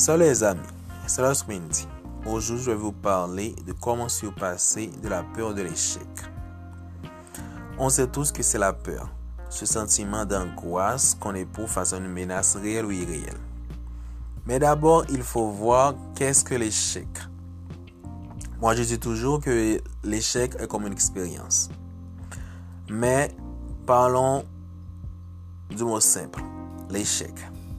Salut les amis, c'est Lars Windy. Aujourd'hui, je vais vous parler de comment surpasser de la peur de l'échec. On sait tous que c'est la peur, ce sentiment d'angoisse qu'on éprouve face à une menace réelle ou irréelle. Mais d'abord, il faut voir qu'est-ce que l'échec. Moi, je dis toujours que l'échec est comme une expérience. Mais parlons du mot simple, l'échec.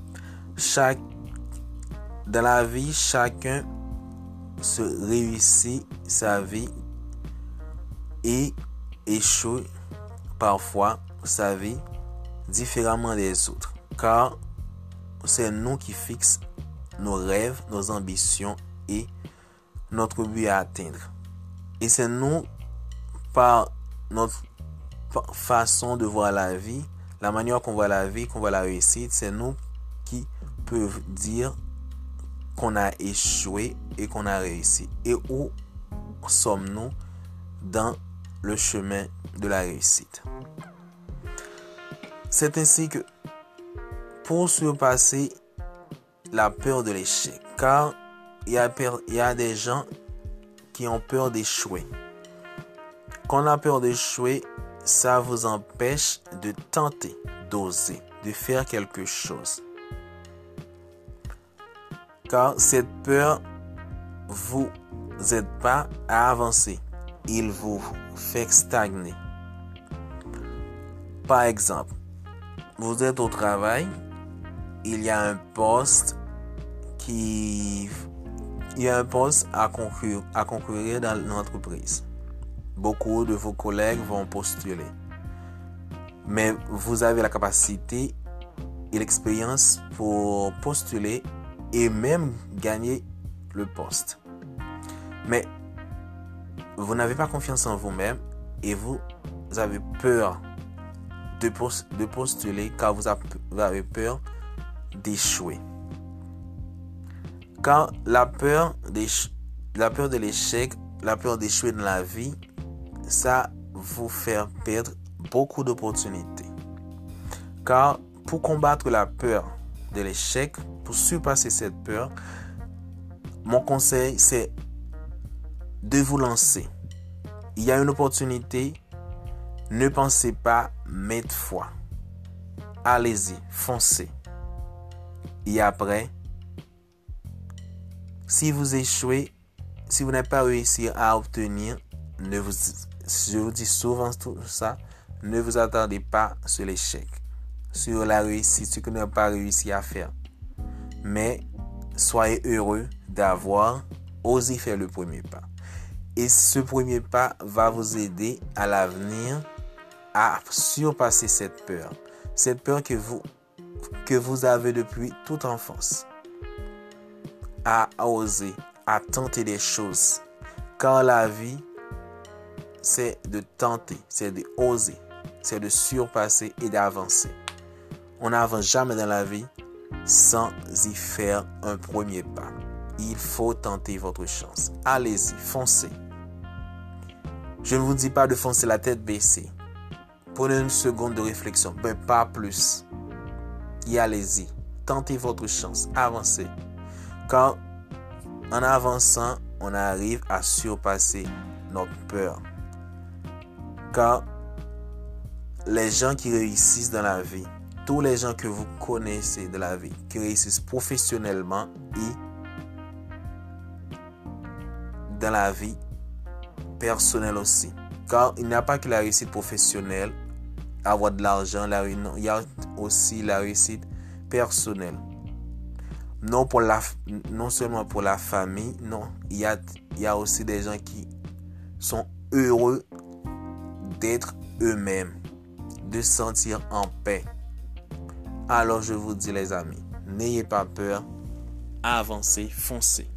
Dans la vie, chacun se réussit sa vie et échoue parfois sa vie différemment des autres. Car c'est nous qui fixons nos rêves, nos ambitions et notre but à atteindre. Et c'est nous, par notre façon de voir la vie, la manière qu'on voit la vie, qu'on voit la réussite, c'est nous qui peuvent dire qu'on a échoué et qu'on a réussi. Et où sommes-nous dans le chemin de la réussite? C'est ainsi que pour surpasser la peur de l'échec, car il y a des gens qui ont peur d'échouer. Quand on a peur d'échouer, ça vous empêche de tenter, d'oser, de faire quelque chose. Car cette peur vous aide pas à avancer. Il vous fait stagner. Par exemple, vous êtes au travail, il y a un poste à concourir dans l'entreprise. Beaucoup de vos collègues vont postuler. Mais vous avez la capacité et l'expérience pour postuler et même gagner le poste. Mais vous n'avez pas confiance en vous-même et vous avez peur de postuler car vous avez peur d'échouer. Car la peur de l'échec, la peur d'échouer dans la vie, ça vous fait perdre beaucoup d'opportunités. Car pour combattre la peur de l'échec, pour surpasser cette peur, mon conseil c'est de vous lancer. Il y a une opportunité, ne pensez pas maintes fois. Allez-y, foncez. Et après, si vous échouez, si vous n'avez pas réussi à obtenir, je vous dis souvent tout ça, ne vous attendez pas sur l'échec, sur la réussite, ce que vous n'avez pas réussi à faire. Mais soyez heureux d'avoir osé faire le premier pas. Et ce premier pas va vous aider à l'avenir à surpasser cette peur. Cette peur que vous avez depuis toute enfance. À oser, à tenter des choses. Car la vie, c'est de tenter, c'est de oser, c'est de surpasser et d'avancer. On n'avance jamais dans la vie sans y faire un premier pas. Il faut tenter votre chance. Allez-y, foncez. Je ne vous dis pas de foncer la tête baissée. Prenez une seconde de réflexion, mais pas plus. Et allez-y, tentez votre chance, avancez. Car en avançant, on arrive à surpasser notre peur. Car les gens qui réussissent dans la vie, tous les gens que vous connaissez de la vie, qui réussissent professionnellement et dans la vie personnelle aussi. Car il n'y a pas que la réussite professionnelle, avoir de l'argent, il y a aussi la réussite personnelle. Non seulement pour la famille, non, il y a aussi des gens qui sont heureux d'être eux-mêmes, de se sentir en paix. Alors je vous dis les amis, n'ayez pas peur, avancez, foncez.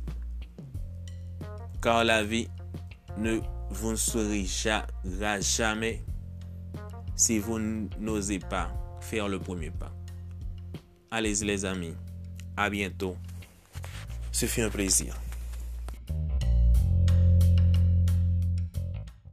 Car la vie, vous ne serez jamais si vous n'osez pas faire le premier pas. Allez-y les amis, à bientôt. Ce fut un plaisir.